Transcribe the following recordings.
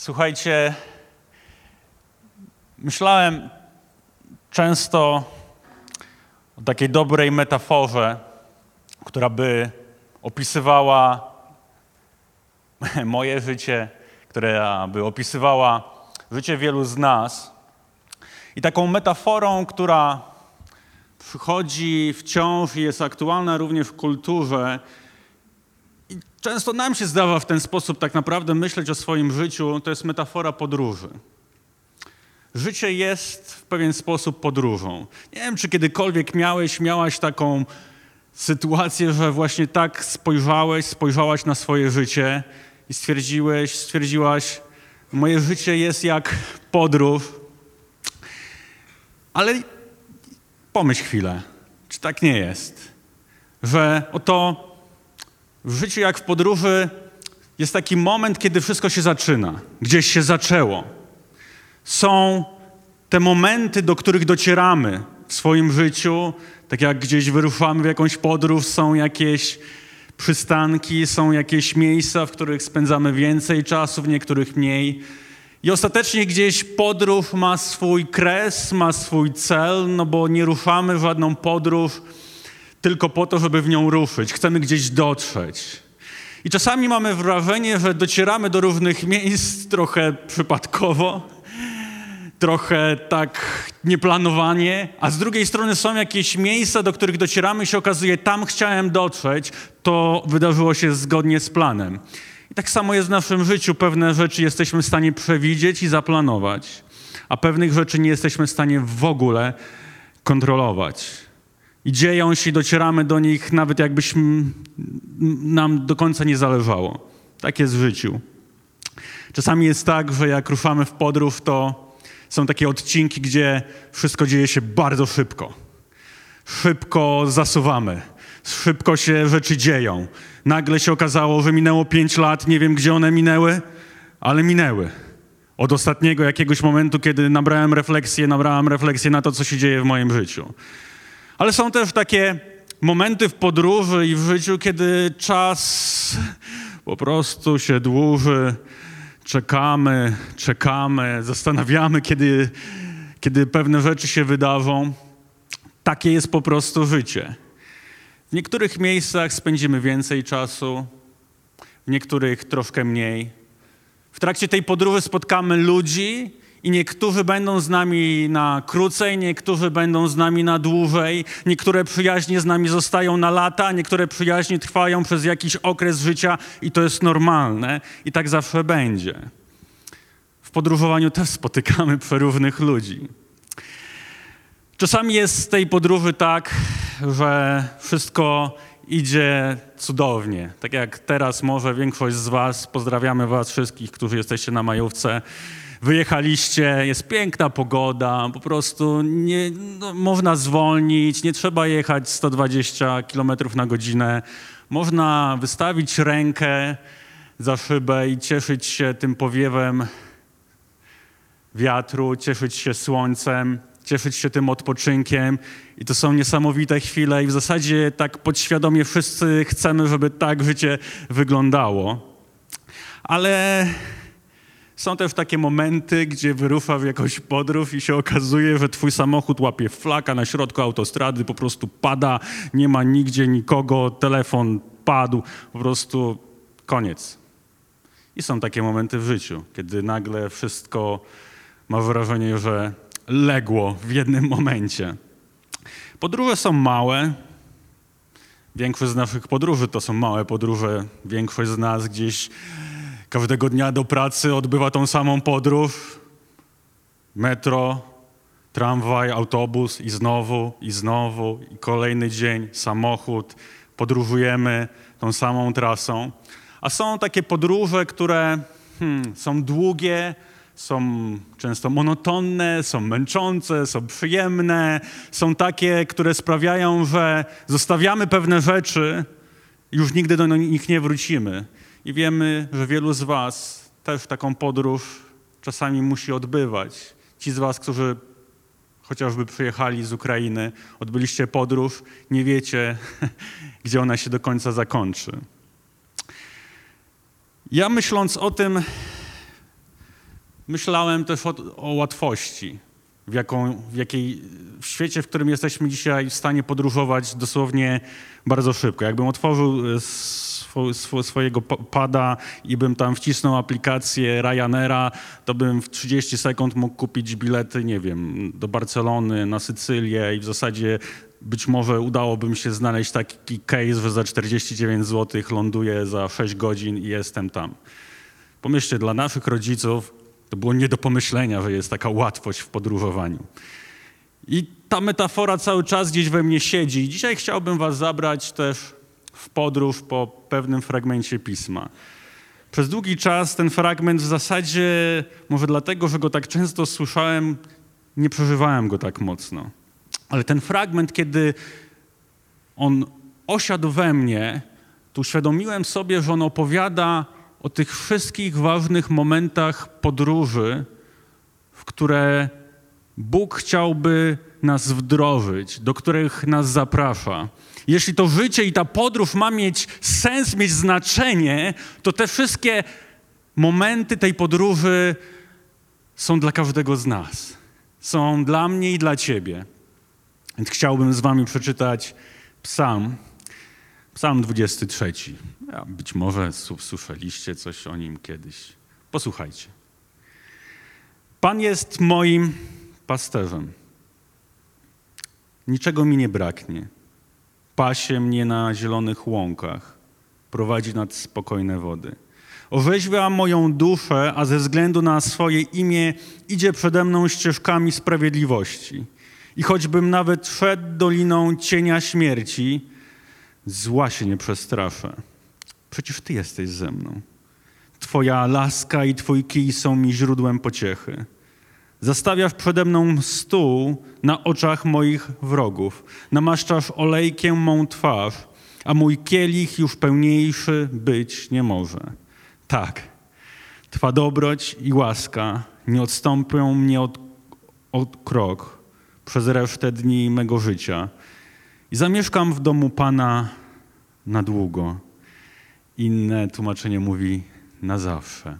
Słuchajcie, myślałem często o takiej dobrej metaforze, która by opisywała moje życie, która by opisywała życie wielu z nas. I taką metaforą, która przychodzi wciąż i jest aktualna również w kulturze. I często nam się zdarza w ten sposób tak naprawdę myśleć o swoim życiu, to jest metafora podróży. Życie jest w pewien sposób podróżą. Nie wiem, czy kiedykolwiek miałaś taką sytuację, że właśnie tak spojrzałaś na swoje życie i stwierdziłaś, moje życie jest jak podróż. Ale pomyśl chwilę, czy tak nie jest, że oto w życiu jak w podróży jest taki moment, kiedy wszystko się zaczyna, gdzieś się zaczęło. Są te momenty, do których docieramy w swoim życiu, tak jak gdzieś wyruszamy w jakąś podróż, są jakieś przystanki, są jakieś miejsca, w których spędzamy więcej czasu, w niektórych mniej. I ostatecznie gdzieś podróż ma swój kres, ma swój cel, no bo nie ruszamy w żadną podróż tylko po to, żeby w nią ruszyć. Chcemy gdzieś dotrzeć. I czasami mamy wrażenie, że docieramy do różnych miejsc trochę przypadkowo, trochę tak nieplanowanie, a z drugiej strony są jakieś miejsca, do których docieramy i się okazuje, tam chciałem dotrzeć, to wydarzyło się zgodnie z planem. I tak samo jest w naszym życiu. Pewne rzeczy jesteśmy w stanie przewidzieć i zaplanować, a pewnych rzeczy nie jesteśmy w stanie w ogóle kontrolować. I dzieją się i docieramy do nich nawet jakbyśmy nam do końca nie zależało. Tak jest w życiu. Czasami jest tak, że jak ruszamy w podróż, to są takie odcinki, gdzie wszystko dzieje się bardzo szybko. Szybko zasuwamy. Szybko się rzeczy dzieją. Nagle się okazało, że minęło 5 lat, nie wiem gdzie one minęły, ale minęły. Od ostatniego jakiegoś momentu, kiedy nabrałem refleksję na to, co się dzieje w moim życiu. Ale są też takie momenty w podróży i w życiu, kiedy czas po prostu się dłuży, czekamy, zastanawiamy, kiedy pewne rzeczy się wydarzą. Takie jest po prostu życie. W niektórych miejscach spędzimy więcej czasu, w niektórych troszkę mniej. W trakcie tej podróży spotkamy ludzi i niektórzy będą z nami na krócej, niektórzy będą z nami na dłużej. Niektóre przyjaźnie z nami zostają na lata, niektóre przyjaźnie trwają przez jakiś okres życia i to jest normalne i tak zawsze będzie. W podróżowaniu też spotykamy przeróżnych ludzi. Czasami jest z tej podróży tak, że wszystko idzie cudownie. Tak jak teraz może większość z was, pozdrawiamy was wszystkich, którzy jesteście na majówce, wyjechaliście, jest piękna pogoda, po prostu można zwolnić, nie trzeba jechać 120 km na godzinę. Można wystawić rękę za szybę i cieszyć się tym powiewem wiatru, cieszyć się słońcem, cieszyć się tym odpoczynkiem i to są niesamowite chwile i w zasadzie tak podświadomie wszyscy chcemy, żeby tak życie wyglądało. Ale są też takie momenty, gdzie wyrusza w jakąś podróż i się okazuje, że twój samochód łapie flaka na środku autostrady, po prostu pada, nie ma nigdzie nikogo, telefon padł, po prostu koniec. I są takie momenty w życiu, kiedy nagle wszystko ma wrażenie, że legło w jednym momencie. Podróże są małe. Większość z naszych podróży to są małe podróże. Większość z nas gdzieś każdego dnia do pracy odbywa tą samą podróż. Metro, tramwaj, autobus i znowu i kolejny dzień, samochód. Podróżujemy tą samą trasą. A są takie podróże, które są długie, są często monotonne, są męczące, są przyjemne, są takie, które sprawiają, że zostawiamy pewne rzeczy i już nigdy do nich nie wrócimy. I wiemy, że wielu z was też taką podróż czasami musi odbywać. Ci z was, którzy chociażby przyjechali z Ukrainy, odbyliście podróż, nie wiecie, gdzie ona się do końca zakończy. Ja myśląc o tym, Myślałem też o łatwości, w świecie, w którym jesteśmy dzisiaj w stanie podróżować dosłownie bardzo szybko. Jakbym otworzył swojego pada i bym tam wcisnął aplikację Ryanaira, to bym w 30 sekund mógł kupić bilety, nie wiem, do Barcelony, na Sycylię i w zasadzie być może udałoby mi się znaleźć taki case, że za 49 zł ląduję za 6 godzin i jestem tam. Pomyślcie, dla naszych rodziców to było nie do pomyślenia, że jest taka łatwość w podróżowaniu. I ta metafora cały czas gdzieś we mnie siedzi. I dzisiaj chciałbym was zabrać też w podróż po pewnym fragmencie Pisma. Przez długi czas ten fragment w zasadzie, może dlatego, że go tak często słyszałem, nie przeżywałem go tak mocno. Ale ten fragment, kiedy on osiadł we mnie, to uświadomiłem sobie, że on opowiada o tych wszystkich ważnych momentach podróży, w które Bóg chciałby nas wdrożyć, do których nas zaprasza. Jeśli to życie i ta podróż ma mieć sens, mieć znaczenie, to te wszystkie momenty tej podróży są dla każdego z nas. Są dla mnie i dla ciebie. Więc chciałbym z wami przeczytać Psalm 23. Być może słyszeliście coś o nim kiedyś. Posłuchajcie. Pan jest moim pasterzem. Niczego mi nie braknie. Pasie mnie na zielonych łąkach. Prowadzi nad spokojne wody. Orzeźwia moją duszę, a ze względu na swoje imię idzie przede mną ścieżkami sprawiedliwości. I choćbym nawet szedł doliną cienia śmierci, zła się nie przestraszę. Przecież Ty jesteś ze mną. Twoja łaska i Twój kij są mi źródłem pociechy. Zastawiasz przede mną stół na oczach moich wrogów. Namaszczasz olejkiem mą twarz, a mój kielich już pełniejszy być nie może. Tak, Twa dobroć i łaska nie odstąpią mnie od krok przez resztę dni mego życia. I zamieszkam w domu Pana na długo. Inne tłumaczenie mówi na zawsze.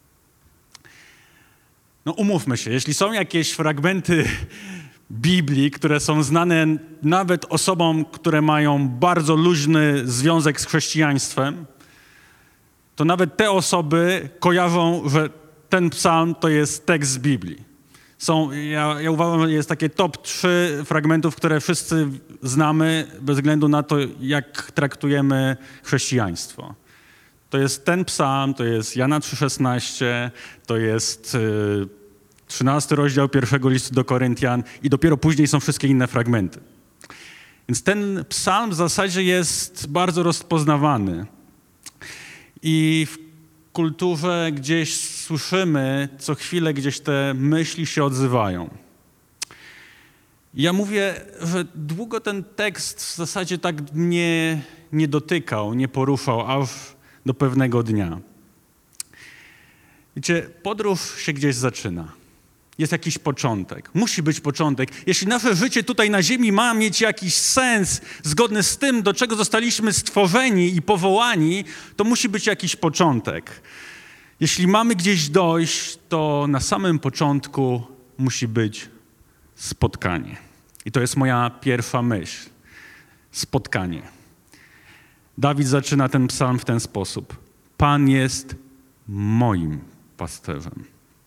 No umówmy się, jeśli są jakieś fragmenty Biblii, które są znane nawet osobom, które mają bardzo luźny związek z chrześcijaństwem, to nawet te osoby kojarzą, że ten psalm to jest tekst z Biblii. Ja uważam, że jest takie top 3 fragmentów, które wszyscy znamy bez względu na to, jak traktujemy chrześcijaństwo. To jest ten psalm, to jest Jana 3,16, to jest 13 rozdział 1 listu do Koryntian i dopiero później są wszystkie inne fragmenty. Więc ten psalm w zasadzie jest bardzo rozpoznawany. I w kulturze gdzieś słyszymy, co chwilę gdzieś te myśli się odzywają. Ja mówię, że długo ten tekst w zasadzie tak mnie nie dotykał, nie poruszał, aż do pewnego dnia. Wiecie, podróż się gdzieś zaczyna. Jest jakiś początek. Musi być początek. Jeśli nasze życie tutaj na ziemi ma mieć jakiś sens zgodny z tym, do czego zostaliśmy stworzeni i powołani, to musi być jakiś początek. Jeśli mamy gdzieś dojść, to na samym początku musi być spotkanie. I to jest moja pierwsza myśl. Spotkanie. Dawid zaczyna ten psalm w ten sposób. Pan jest moim pasterzem.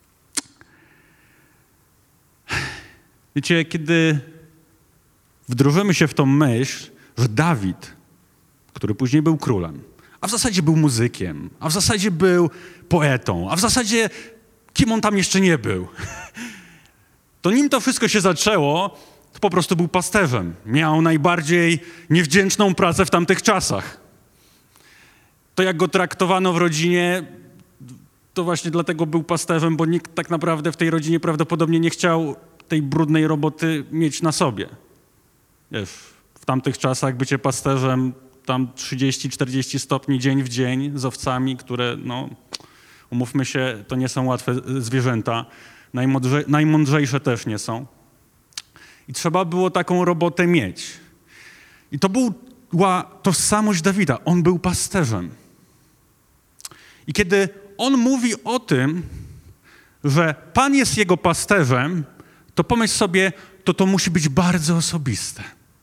Wiecie, kiedy wdrożymy się w tą myśl, że Dawid, który później był królem, a w zasadzie był muzykiem, a w zasadzie był poetą, a w zasadzie kim on tam jeszcze nie był, to nim to wszystko się zaczęło, to po prostu był pasterzem. Miał najbardziej niewdzięczną pracę w tamtych czasach. To jak go traktowano w rodzinie, to właśnie dlatego był pasterzem, bo nikt tak naprawdę w tej rodzinie prawdopodobnie nie chciał tej brudnej roboty mieć na sobie. Wiesz, w tamtych czasach bycie pasterzem, tam 30-40 stopni dzień w dzień z owcami, które, no, umówmy się, to nie są łatwe zwierzęta. Najmądrzejsze też nie są. I trzeba było taką robotę mieć. I to była tożsamość Dawida. On był pasterzem. I kiedy on mówi o tym, że Pan jest jego pasterzem, to pomyśl sobie, to musi być bardzo osobiste.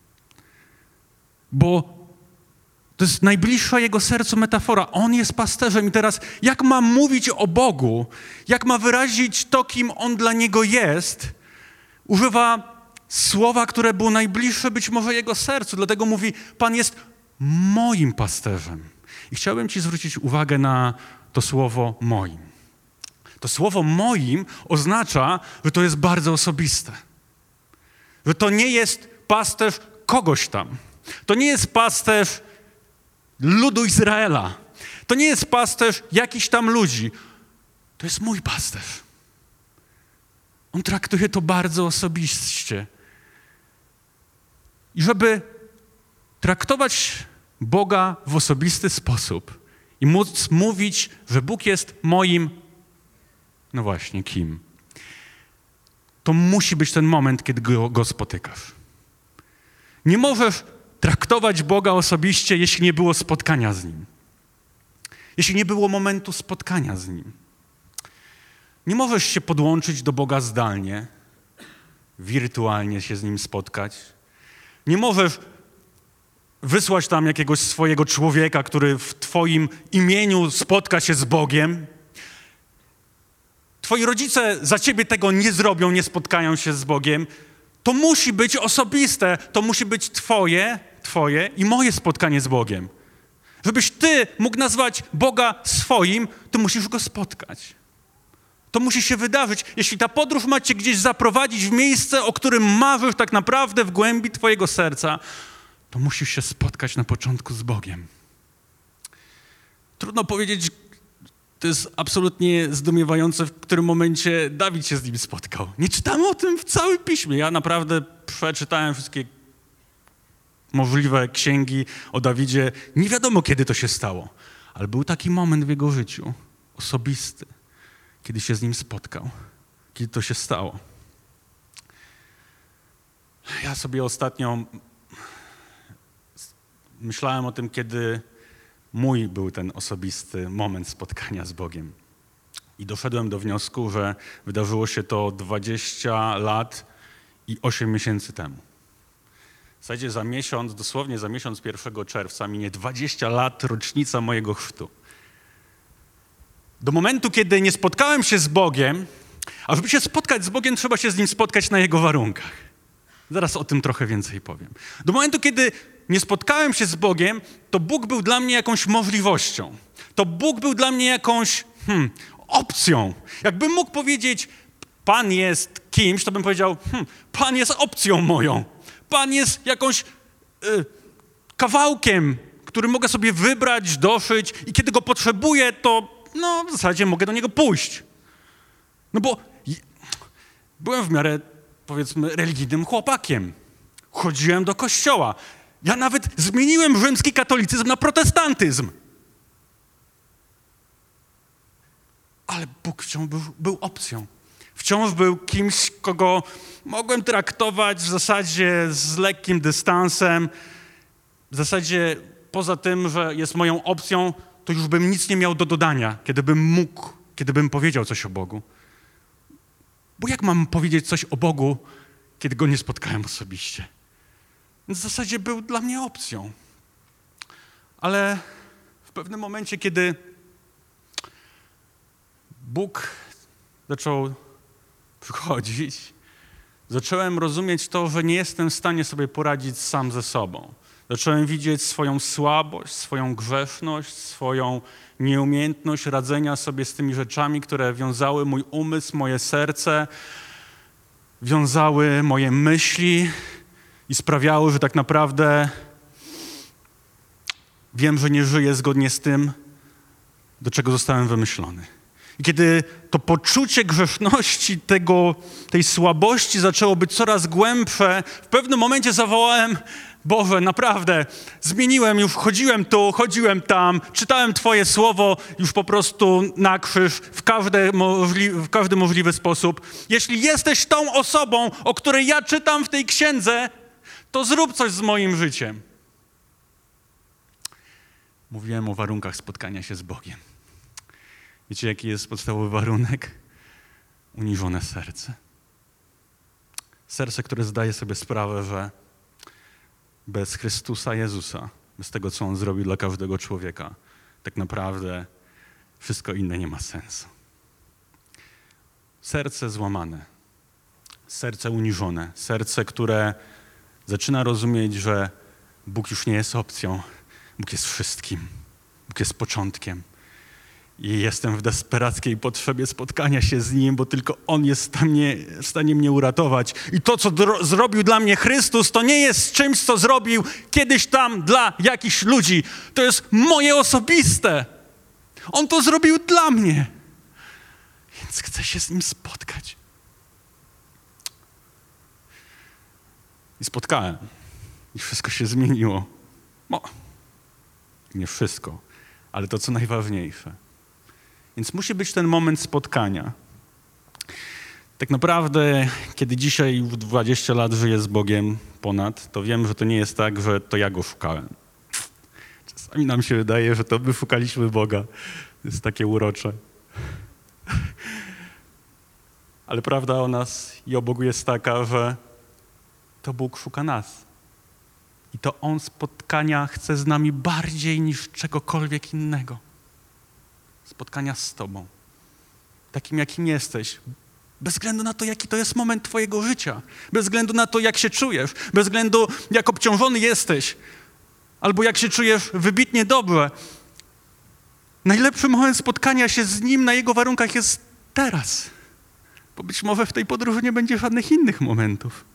Bo to jest najbliższa jego sercu metafora. On jest pasterzem i teraz jak ma mówić o Bogu, jak ma wyrazić to, kim On dla niego jest, używa słowa, które było najbliższe być może jego sercu. Dlatego mówi, Pan jest moim pasterzem. I chciałbym ci zwrócić uwagę na to słowo moim. To słowo moim oznacza, że to jest bardzo osobiste. Że to nie jest pasterz kogoś tam. To nie jest pasterz ludu Izraela. To nie jest pasterz jakichś tam ludzi. To jest mój pasterz. On traktuje to bardzo osobiście. I żeby traktować Boga w osobisty sposób i móc mówić, że Bóg jest moim, no właśnie, kim? To musi być ten moment, kiedy go spotykasz. Nie możesz traktować Boga osobiście, jeśli nie było spotkania z Nim. Jeśli nie było momentu spotkania z Nim. Nie możesz się podłączyć do Boga zdalnie, wirtualnie się z Nim spotkać. Nie możesz wysłać tam jakiegoś swojego człowieka, który w twoim imieniu spotka się z Bogiem. Twoi rodzice za ciebie tego nie zrobią, nie spotkają się z Bogiem. To musi być osobiste, to musi być twoje i moje spotkanie z Bogiem. Żebyś ty mógł nazwać Boga swoim, to musisz Go spotkać. To musi się wydarzyć. Jeśli ta podróż ma cię gdzieś zaprowadzić w miejsce, o którym marzysz tak naprawdę w głębi twojego serca, to musisz się spotkać na początku z Bogiem. Trudno powiedzieć, to jest absolutnie zdumiewające, w którym momencie Dawid się z nim spotkał. Nie czytamy o tym w całym Piśmie. Ja naprawdę przeczytałem wszystkie możliwe księgi o Dawidzie. Nie wiadomo, kiedy to się stało, ale był taki moment w jego życiu, osobisty, kiedy się z nim spotkał, kiedy to się stało. Ja sobie ostatnio myślałem o tym, kiedy mój był ten osobisty moment spotkania z Bogiem. I doszedłem do wniosku, że wydarzyło się to 20 lat i 8 miesięcy temu. W zasadzie za miesiąc, dosłownie za miesiąc 1 czerwca minie 20 lat rocznica mojego chrztu. Do momentu, kiedy nie spotkałem się z Bogiem, a żeby się spotkać z Bogiem, trzeba się z Nim spotkać na Jego warunkach. Zaraz o tym trochę więcej powiem. Do momentu, kiedy nie spotkałem się z Bogiem, to Bóg był dla mnie jakąś możliwością. To Bóg był dla mnie jakąś opcją. Jakbym mógł powiedzieć, Pan jest kimś, to bym powiedział, Pan jest opcją moją. Pan jest jakąś kawałkiem, który mogę sobie wybrać, doszyć i kiedy go potrzebuję, to w zasadzie mogę do niego pójść. No bo byłem w miarę, powiedzmy, religijnym chłopakiem. Chodziłem do kościoła. Ja nawet zmieniłem rzymski katolicyzm na protestantyzm. Ale Bóg wciąż był opcją. Wciąż był kimś, kogo mogłem traktować w zasadzie z lekkim dystansem. W zasadzie poza tym, że jest moją opcją, to już bym nic nie miał do dodania, kiedy bym mógł, kiedy bym powiedział coś o Bogu. Bo jak mam powiedzieć coś o Bogu, kiedy Go nie spotkałem osobiście? Więc w zasadzie był dla mnie opcją. Ale w pewnym momencie, kiedy Bóg zaczął przychodzić, zacząłem rozumieć to, że nie jestem w stanie sobie poradzić sam ze sobą. Zacząłem widzieć swoją słabość, swoją grzeszność, swoją nieumiejętność radzenia sobie z tymi rzeczami, które wiązały mój umysł, moje serce, wiązały moje myśli i sprawiały, że tak naprawdę wiem, że nie żyję zgodnie z tym, do czego zostałem wymyślony. I kiedy to poczucie grzeszności, tej słabości zaczęło być coraz głębsze, w pewnym momencie zawołałem, Boże, naprawdę, zmieniłem, już chodziłem tu, chodziłem tam, czytałem Twoje słowo już po prostu na krzyż w każdy możliwy sposób. Jeśli jesteś tą osobą, o której ja czytam w tej księdze, to zrób coś z moim życiem. Mówiłem o warunkach spotkania się z Bogiem. Wiecie, jaki jest podstawowy warunek? uniżone serce. Serce, które zdaje sobie sprawę, że bez Chrystusa Jezusa, bez tego, co On zrobił dla każdego człowieka, tak naprawdę wszystko inne nie ma sensu. Serce złamane, serce uniżone, serce, które zaczyna rozumieć, że Bóg już nie jest opcją, Bóg jest wszystkim, Bóg jest początkiem. I jestem w desperackiej potrzebie spotkania się z Nim, bo tylko On jest w stanie mnie uratować. I to, co zrobił dla mnie Chrystus, to nie jest czymś, co zrobił kiedyś tam dla jakichś ludzi. To jest moje osobiste. On to zrobił dla mnie. Więc chcę się z Nim spotkać. I spotkałem. I wszystko się zmieniło. Nie wszystko, ale to, co najważniejsze. Więc musi być ten moment spotkania. Tak naprawdę, kiedy dzisiaj 20 lat żyję z Bogiem ponad, to wiem, że to nie jest tak, że to ja Go szukałem. Czasami nam się wydaje, że to my szukaliśmy Boga. To jest takie urocze. Ale prawda o nas i o Bogu jest taka, że to Bóg szuka nas. I to On spotkania chce z nami bardziej niż czegokolwiek innego. Spotkania z Tobą. Takim, jakim jesteś. Bez względu na to, jaki to jest moment Twojego życia. Bez względu na to, jak się czujesz. Bez względu, jak obciążony jesteś. Albo jak się czujesz wybitnie dobrze. Najlepszy moment spotkania się z Nim na Jego warunkach jest teraz. Bo być może w tej podróży nie będzie żadnych innych momentów.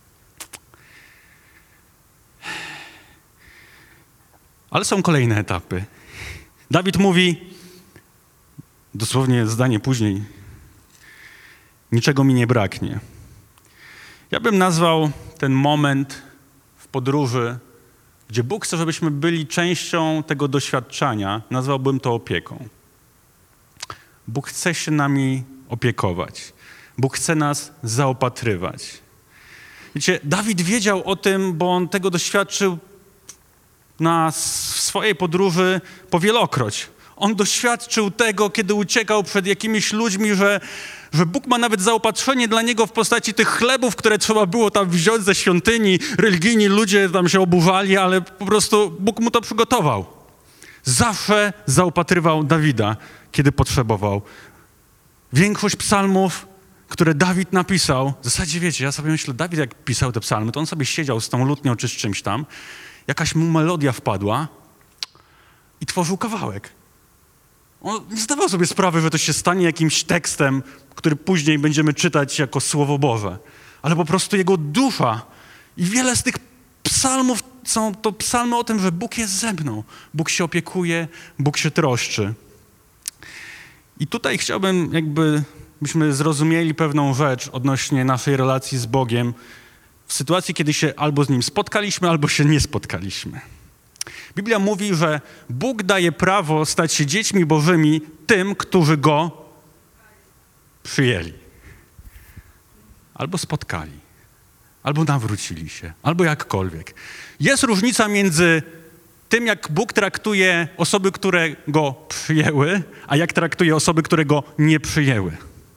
Ale są kolejne etapy. Dawid mówi, dosłownie zdanie później, niczego mi nie braknie. Ja bym nazwał ten moment w podróży, gdzie Bóg chce, żebyśmy byli częścią tego doświadczenia, nazwałbym to opieką. Bóg chce się nami opiekować. Bóg chce nas zaopatrywać. Wiecie, Dawid wiedział o tym, bo on tego doświadczył w swojej podróży powielokroć. On doświadczył tego, kiedy uciekał przed jakimiś ludźmi, że Bóg ma nawet zaopatrzenie dla niego w postaci tych chlebów, które trzeba było tam wziąć ze świątyni. Religijni ludzie tam się oburzali, ale po prostu Bóg mu to przygotował. Zawsze zaopatrywał Dawida, kiedy potrzebował. Większość psalmów, które Dawid napisał, w zasadzie wiecie, ja sobie myślę, Dawid jak pisał te psalmy, to on sobie siedział z tą lutnią czy z czymś tam, jakaś mu melodia wpadła i tworzył kawałek. On nie zdawał sobie sprawy, że to się stanie jakimś tekstem, który później będziemy czytać jako Słowo Boże, ale po prostu jego dusza. I wiele z tych psalmów są to psalmy o tym, że Bóg jest ze mną, Bóg się opiekuje, Bóg się troszczy. I tutaj chciałbym, byśmy zrozumieli pewną rzecz odnośnie naszej relacji z Bogiem w sytuacji, kiedy się albo z Nim spotkaliśmy, albo się nie spotkaliśmy. Biblia mówi, że Bóg daje prawo stać się dziećmi Bożymi tym, którzy Go przyjęli. Albo spotkali, albo nawrócili się, albo jakkolwiek. Jest różnica między tym, jak Bóg traktuje osoby, które Go przyjęły, a jak traktuje osoby, które Go nie przyjęły.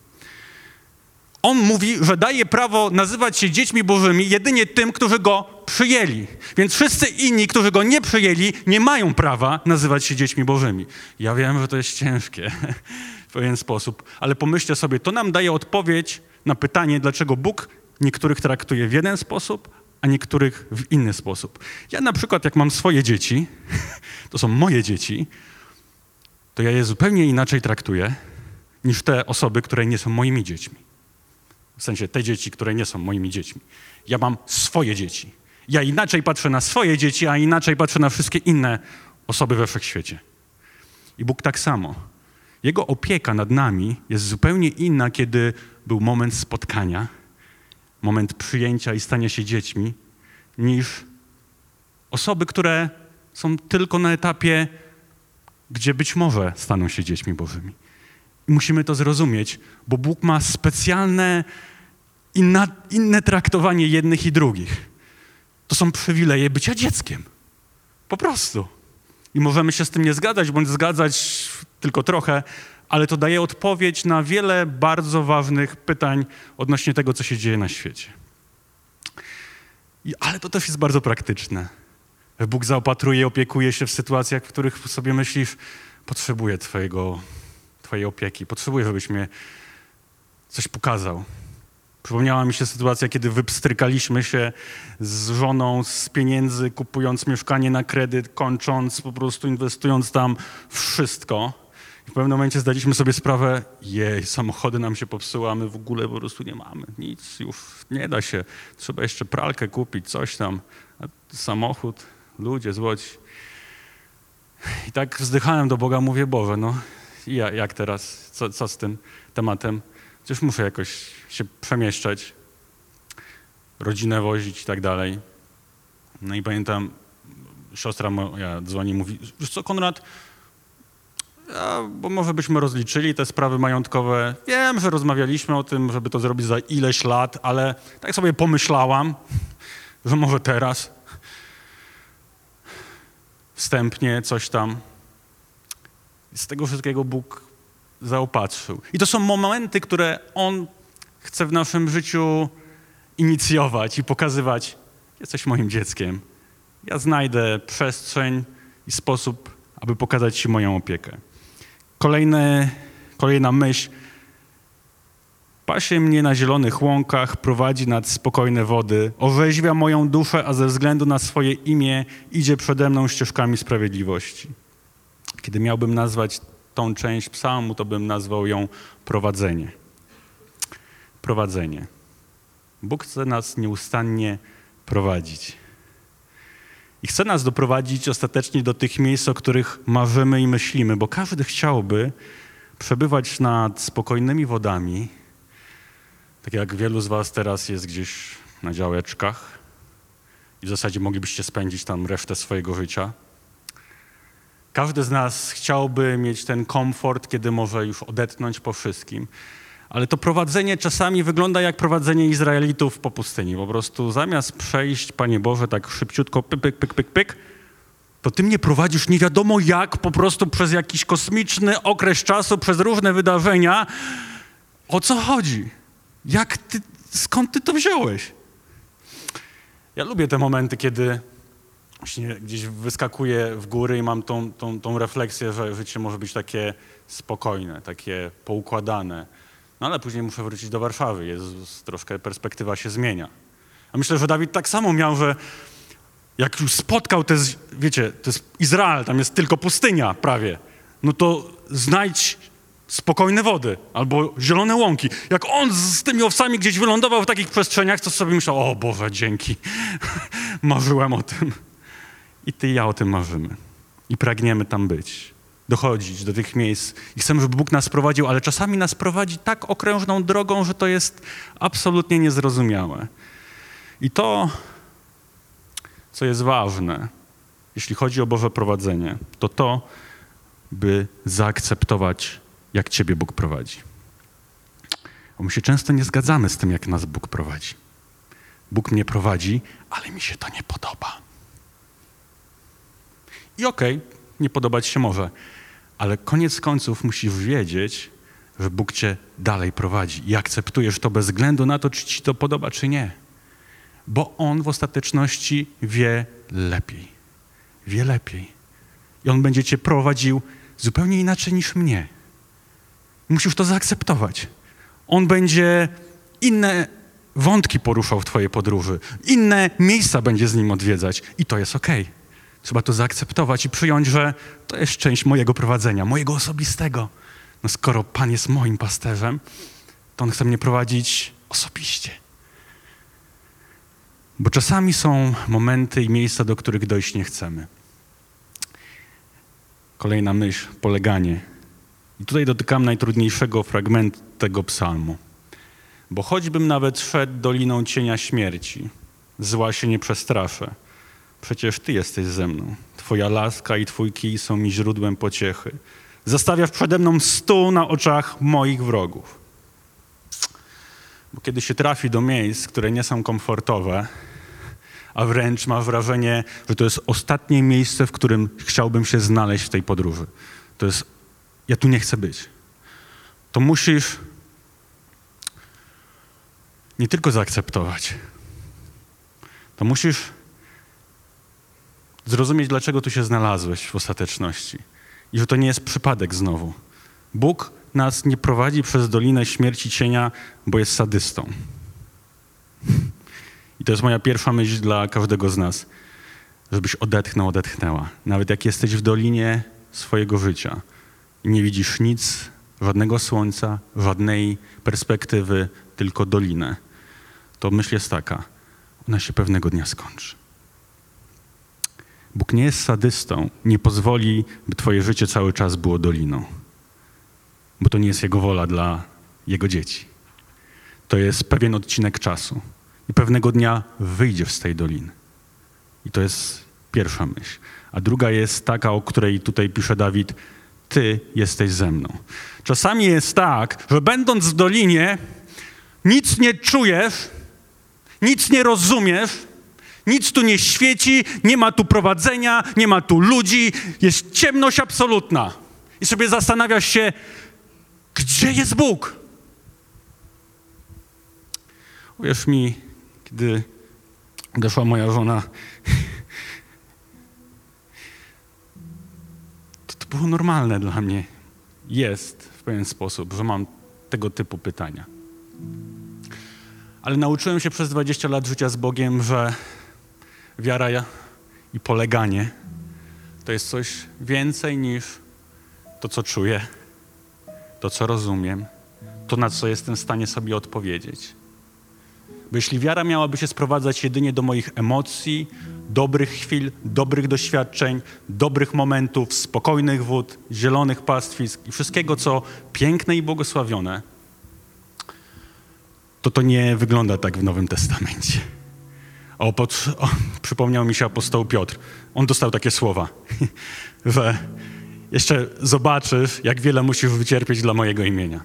On mówi, że daje prawo nazywać się dziećmi Bożymi jedynie tym, którzy Go przyjęli. Więc wszyscy inni, którzy Go nie przyjęli, nie mają prawa nazywać się dziećmi Bożymi. Ja wiem, że to jest ciężkie w pewien sposób, ale pomyślcie sobie, to nam daje odpowiedź na pytanie, dlaczego Bóg niektórych traktuje w jeden sposób, a niektórych w inny sposób. Ja na przykład, jak mam swoje dzieci, to są moje dzieci, to ja je zupełnie inaczej traktuję niż te osoby, które nie są moimi dziećmi. W sensie te dzieci, które nie są moimi dziećmi. Ja mam swoje dzieci. Ja inaczej patrzę na swoje dzieci, a inaczej patrzę na wszystkie inne osoby we wszechświecie. I Bóg tak samo. Jego opieka nad nami jest zupełnie inna, kiedy był moment spotkania, moment przyjęcia i stania się dziećmi, niż osoby, które są tylko na etapie, gdzie być może staną się dziećmi Bożymi. I musimy to zrozumieć, bo Bóg ma specjalne, inne traktowanie jednych i drugich. To są przywileje bycia dzieckiem. Po prostu. I możemy się z tym nie zgadzać, bądź zgadzać tylko trochę, ale to daje odpowiedź na wiele bardzo ważnych pytań odnośnie tego, co się dzieje na świecie. Ale to też jest bardzo praktyczne. Bóg zaopatruje, opiekuje się w sytuacjach, w których sobie myślisz, potrzebuję Twojej opieki, potrzebuję, żebyś mnie coś pokazał. Przypomniała mi się sytuacja, kiedy wypstrykaliśmy się z żoną z pieniędzy, kupując mieszkanie na kredyt, kończąc, po prostu inwestując tam wszystko. I w pewnym momencie zdaliśmy sobie sprawę, samochody nam się popsuły, a my w ogóle po prostu nie mamy. Nic, już nie da się. Trzeba jeszcze pralkę kupić, coś tam. A samochód, ludzie, złoci. I tak wzdychałem do Boga, mówię, Boże, no jak teraz? Co z tym tematem? Przecież muszę jakoś się przemieszczać, rodzinę wozić i tak dalej. No i pamiętam, siostra moja dzwoni i mówi, wiesz co, Konrad, bo może byśmy rozliczyli te sprawy majątkowe. Wiem, że rozmawialiśmy o tym, żeby to zrobić za ileś lat, ale tak sobie pomyślałam, że może teraz wstępnie coś tam. Z tego wszystkiego Bóg zaopatrzył. I to są momenty, które On chce w naszym życiu inicjować i pokazywać, jesteś moim dzieckiem. Ja znajdę przestrzeń i sposób, aby pokazać Ci moją opiekę. Kolejna myśl. Pasie mnie na zielonych łąkach, prowadzi nad spokojne wody, orzeźwia moją duszę, a ze względu na swoje imię idzie przede mną ścieżkami sprawiedliwości. Kiedy miałbym nazwać tą część psalmu, to bym nazwał ją prowadzenie. Prowadzenie. Bóg chce nas nieustannie prowadzić. I chce nas doprowadzić ostatecznie do tych miejsc, o których marzymy i myślimy, bo każdy chciałby przebywać nad spokojnymi wodami, tak jak wielu z was teraz jest gdzieś na działeczkach i w zasadzie moglibyście spędzić tam resztę swojego życia. Każdy z nas chciałby mieć ten komfort, kiedy może już odetchnąć po wszystkim. Ale to prowadzenie czasami wygląda jak prowadzenie Izraelitów po pustyni. Po prostu zamiast przejść, Panie Boże, tak szybciutko, pyk, pyk, pyk, pyk, to Ty mnie prowadzisz nie wiadomo jak, po prostu przez jakiś kosmiczny okres czasu, przez różne wydarzenia. O co chodzi? Skąd Ty to wziąłeś? Ja lubię te momenty, kiedy właśnie gdzieś wyskakuję w góry i mam tą refleksję, że życie może być takie spokojne, takie poukładane. No ale później muszę wrócić do Warszawy. Jezus, troszkę perspektywa się zmienia. A myślę, że Dawid tak samo miał, że jak już spotkał to jest Izrael, tam jest tylko pustynia prawie, no to znajdź spokojne wody albo zielone łąki. Jak on z tymi owcami gdzieś wylądował w takich przestrzeniach, to sobie myślał, o Boże, dzięki, marzyłem o tym. I Ty i ja o tym marzymy. I pragniemy tam być, dochodzić do tych miejsc. I chcemy, żeby Bóg nas prowadził, ale czasami nas prowadzi tak okrężną drogą, że to jest absolutnie niezrozumiałe. I to, co jest ważne, jeśli chodzi o Boże prowadzenie, to, by zaakceptować, jak Ciebie Bóg prowadzi. Bo my się często nie zgadzamy z tym, jak nas Bóg prowadzi. Bóg mnie prowadzi, ale mi się to nie podoba. I okej, nie podobać się może, ale koniec końców musisz wiedzieć, że Bóg Cię dalej prowadzi i akceptujesz to bez względu na to, czy Ci to podoba, czy nie. Bo On w ostateczności wie lepiej. Wie lepiej. I On będzie Cię prowadził zupełnie inaczej niż mnie. Musisz to zaakceptować. On będzie inne wątki poruszał w Twojej podróży. Inne miejsca będzie z Nim odwiedzać. I to jest okej. Trzeba to zaakceptować i przyjąć, że to jest część mojego prowadzenia, mojego osobistego. No skoro Pan jest moim pasterzem, to On chce mnie prowadzić osobiście. Bo czasami są momenty i miejsca, do których dojść nie chcemy. Kolejna myśl, poleganie. I tutaj dotykam najtrudniejszego fragmentu tego psalmu. Bo choćbym nawet szedł doliną cienia śmierci, zła się nie przestraszę. Przecież Ty jesteś ze mną. Twoja łaska i Twój kij są mi źródłem pociechy. Zastawiasz przede mną stół na oczach moich wrogów. Bo kiedy się trafi do miejsc, które nie są komfortowe, a wręcz ma wrażenie, że to jest ostatnie miejsce, w którym chciałbym się znaleźć w tej podróży. Ja tu nie chcę być. to musisz nie tylko zaakceptować, to musisz zrozumieć, dlaczego tu się znalazłeś w ostateczności. I że to nie jest przypadek znowu. Bóg nas nie prowadzi przez dolinę śmierci cienia, bo jest sadystą. I to jest moja pierwsza myśl dla każdego z nas. Żebyś odetchnął, odetchnęła. Nawet jak jesteś w dolinie swojego życia i nie widzisz nic, żadnego słońca, żadnej perspektywy, tylko dolinę, to myśl jest taka, ona się pewnego dnia skończy. Bóg nie jest sadystą, nie pozwoli, by twoje życie cały czas było doliną. Bo to nie jest Jego wola dla Jego dzieci. To jest pewien odcinek czasu. I pewnego dnia wyjdziesz z tej doliny. I to jest pierwsza myśl. A druga jest taka, o której tutaj pisze Dawid, Ty jesteś ze mną. Czasami jest tak, że będąc w dolinie, nic nie czujesz, nic nie rozumiesz, nic tu nie świeci, nie ma tu prowadzenia, nie ma tu ludzi, jest ciemność absolutna. I sobie zastanawiasz się, gdzie jest Bóg? Uwierz mi, kiedy odeszła moja żona, to było normalne dla mnie. Jest w pewien sposób, że mam tego typu pytania. Ale nauczyłem się przez 20 lat życia z Bogiem, że wiara i poleganie to jest coś więcej niż to, co czuję, to, co rozumiem, to, na co jestem w stanie sobie odpowiedzieć. Bo jeśli wiara miałaby się sprowadzać jedynie do moich emocji, dobrych chwil, dobrych doświadczeń, dobrych momentów, spokojnych wód, zielonych pastwisk i wszystkiego, co piękne i błogosławione, to nie wygląda tak w Nowym Testamencie. Przypomniał mi się apostoł Piotr. On dostał takie słowa, że jeszcze zobaczysz, jak wiele musisz wycierpieć dla mojego imienia.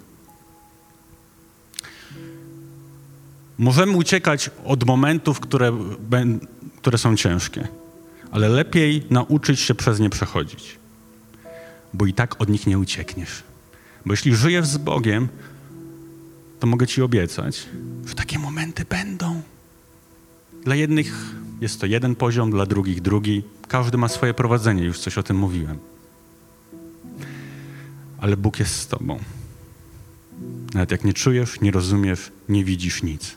Możemy uciekać od momentów, które są ciężkie, ale lepiej nauczyć się przez nie przechodzić, bo i tak od nich nie uciekniesz. Bo jeśli żyjesz z Bogiem, to mogę ci obiecać, że takie momenty będą. Dla jednych jest to jeden poziom, dla drugich drugi. Każdy ma swoje prowadzenie, już coś o tym mówiłem. Ale Bóg jest z tobą. Nawet jak nie czujesz, nie rozumiesz, nie widzisz nic.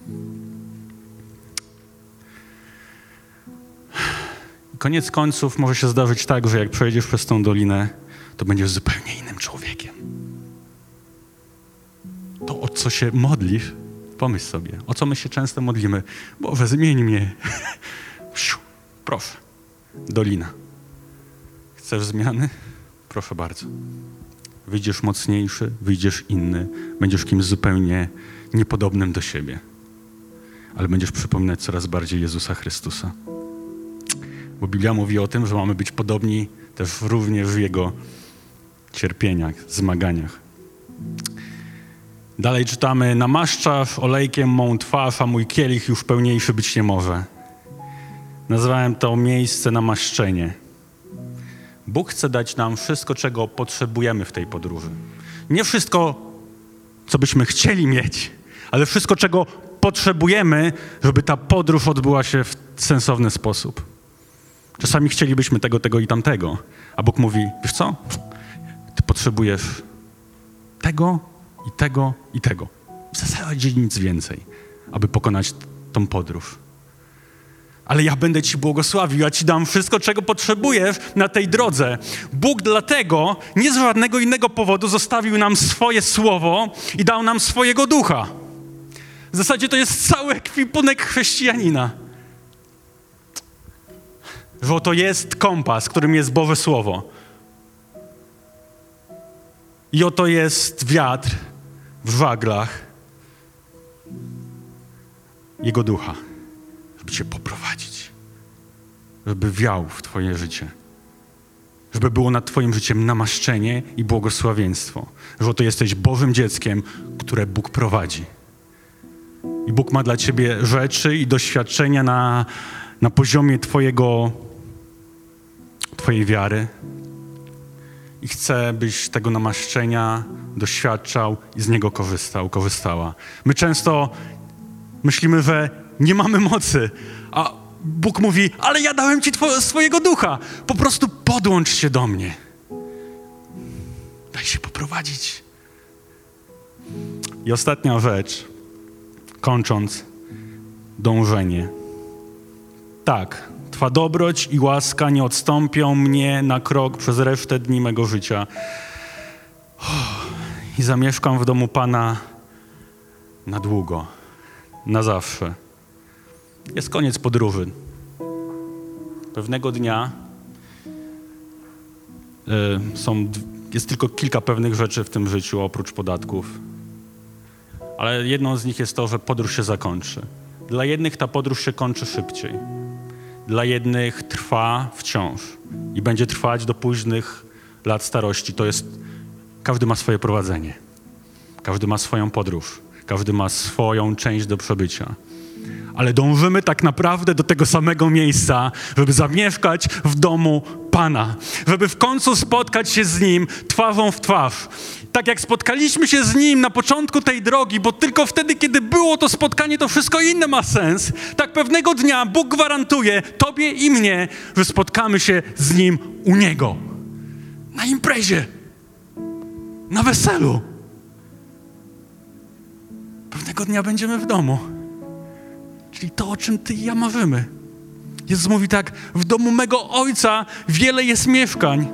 I koniec końców może się zdarzyć tak, że jak przejdziesz przez tą dolinę, to będziesz zupełnie innym człowiekiem. To, o co się modlisz, pomyśl sobie, o co my się często modlimy. Boże, zmień mnie. Proszę. Dolina. Chcesz zmiany? Proszę bardzo. Wyjdziesz mocniejszy, wyjdziesz inny, będziesz kimś zupełnie niepodobnym do siebie. Ale będziesz przypominać coraz bardziej Jezusa Chrystusa. Bo Biblia mówi o tym, że mamy być podobni też również w Jego cierpieniach, zmaganiach. Dalej czytamy, namaszczasz olejkiem mą twarz, a mój kielich już pełniejszy być nie może. Nazwałem to miejsce namaszczenie. Bóg chce dać nam wszystko, czego potrzebujemy w tej podróży. Nie wszystko, co byśmy chcieli mieć, ale wszystko, czego potrzebujemy, żeby ta podróż odbyła się w sensowny sposób. Czasami chcielibyśmy tego i tamtego, a Bóg mówi, wiesz co? Ty potrzebujesz tego i tego i tego. W zasadzie nic więcej, aby pokonać tą podróż. Ale ja będę ci błogosławił, ja ci dam wszystko, czego potrzebujesz na tej drodze. Bóg dlatego, nie z żadnego innego powodu, zostawił nam swoje słowo i dał nam swojego ducha. W zasadzie to jest cały ekwipunek chrześcijanina. Że oto jest kompas, którym jest Boże Słowo. I oto jest wiatr w żaglach Jego ducha, żeby cię poprowadzić, żeby wiał w twoje życie, żeby było nad twoim życiem namaszczenie i błogosławieństwo, że oto jesteś Bożym dzieckiem, które Bóg prowadzi. I Bóg ma dla ciebie rzeczy i doświadczenia na poziomie twojej wiary i chcę, byś tego namaszczenia doświadczał i z niego korzystała. My często myślimy, że nie mamy mocy, a Bóg mówi, ale ja dałem ci swojego ducha. Po prostu podłącz się do mnie. Daj się poprowadzić. I ostatnia rzecz, kończąc, dążenie. Tak, Twa dobroć i łaska nie odstąpią mnie na krok przez resztę dni mego życia. I zamieszkam w domu Pana na długo, na zawsze. Jest koniec podróży. Pewnego dnia jest tylko kilka pewnych rzeczy w tym życiu, oprócz podatków. Ale jedną z nich jest to, że podróż się zakończy. Dla jednych ta podróż się kończy szybciej. Dla jednych trwa wciąż i będzie trwać do późnych lat starości. Każdy ma swoje prowadzenie. Każdy ma swoją podróż. Każdy ma swoją część do przebycia. Ale dążymy tak naprawdę do tego samego miejsca, żeby zamieszkać w domu Pana. Żeby w końcu spotkać się z Nim twarzą w twarz. Tak jak spotkaliśmy się z Nim na początku tej drogi, bo tylko wtedy, kiedy było to spotkanie, to wszystko inne ma sens. Tak pewnego dnia Bóg gwarantuje Tobie i mnie, że spotkamy się z Nim u Niego. Na imprezie. Na weselu. Pewnego dnia będziemy w domu. Czyli to, o czym Ty i ja marzymy. Jezus mówi tak, w domu mego Ojca wiele jest mieszkań.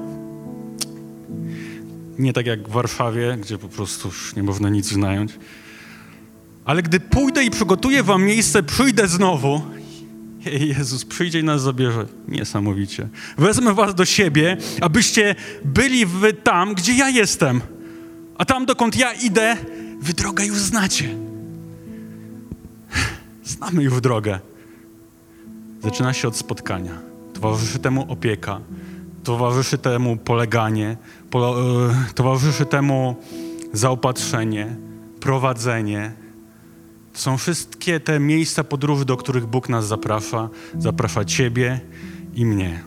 Nie tak jak w Warszawie, gdzie po prostu już nie można nic wynająć. Ale gdy pójdę i przygotuję wam miejsce, przyjdę znowu. Jezus przyjdzie i nas zabierze. Niesamowicie. Wezmę was do siebie, abyście byli wy tam, gdzie ja jestem. A tam, dokąd ja idę, wy drogę już znacie. Znamy już drogę. Zaczyna się od spotkania. Towarzyszy temu opieka. Towarzyszy temu poleganie. Towarzyszy temu zaopatrzenie, prowadzenie. To są wszystkie te miejsca podróży, do których Bóg nas zaprasza. Zaprasza Ciebie i mnie.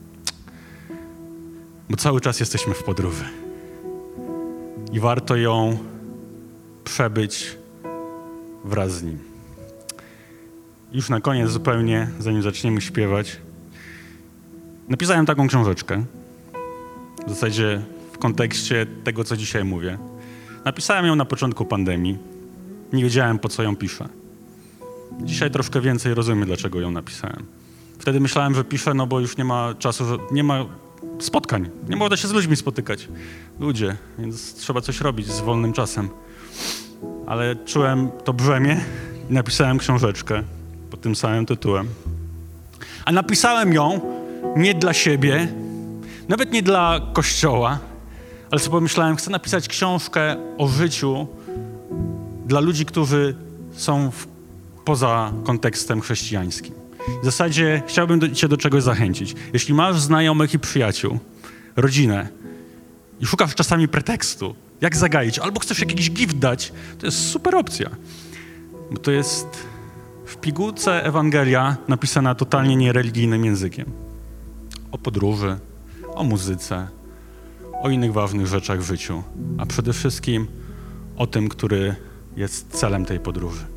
Bo cały czas jesteśmy w podróży. I warto ją przebyć wraz z Nim. Już na koniec zupełnie, zanim zaczniemy śpiewać, napisałem taką książeczkę. W zasadzie w kontekście tego, co dzisiaj mówię. Napisałem ją na początku pandemii. Nie wiedziałem, po co ją piszę. Dzisiaj troszkę więcej rozumiem, dlaczego ją napisałem. Wtedy myślałem, że piszę, no bo już nie ma czasu, nie ma spotkań. Nie można się z ludźmi spotykać. Ludzie, więc trzeba coś robić z wolnym czasem. Ale czułem to brzemię i napisałem książeczkę pod tym samym tytułem. A napisałem ją nie dla siebie, nawet nie dla Kościoła, ale sobie pomyślałem, chcę napisać książkę o życiu dla ludzi, którzy są poza kontekstem chrześcijańskim. W zasadzie chciałbym Cię do czegoś zachęcić. Jeśli masz znajomych i przyjaciół, rodzinę i szukasz czasami pretekstu, jak zagaić, albo chcesz jakiś gift dać, to jest super opcja. Bo to jest w pigułce Ewangelia napisana totalnie niereligijnym językiem. O podróży, o muzyce, o innych ważnych rzeczach w życiu, a przede wszystkim o tym, który jest celem tej podróży.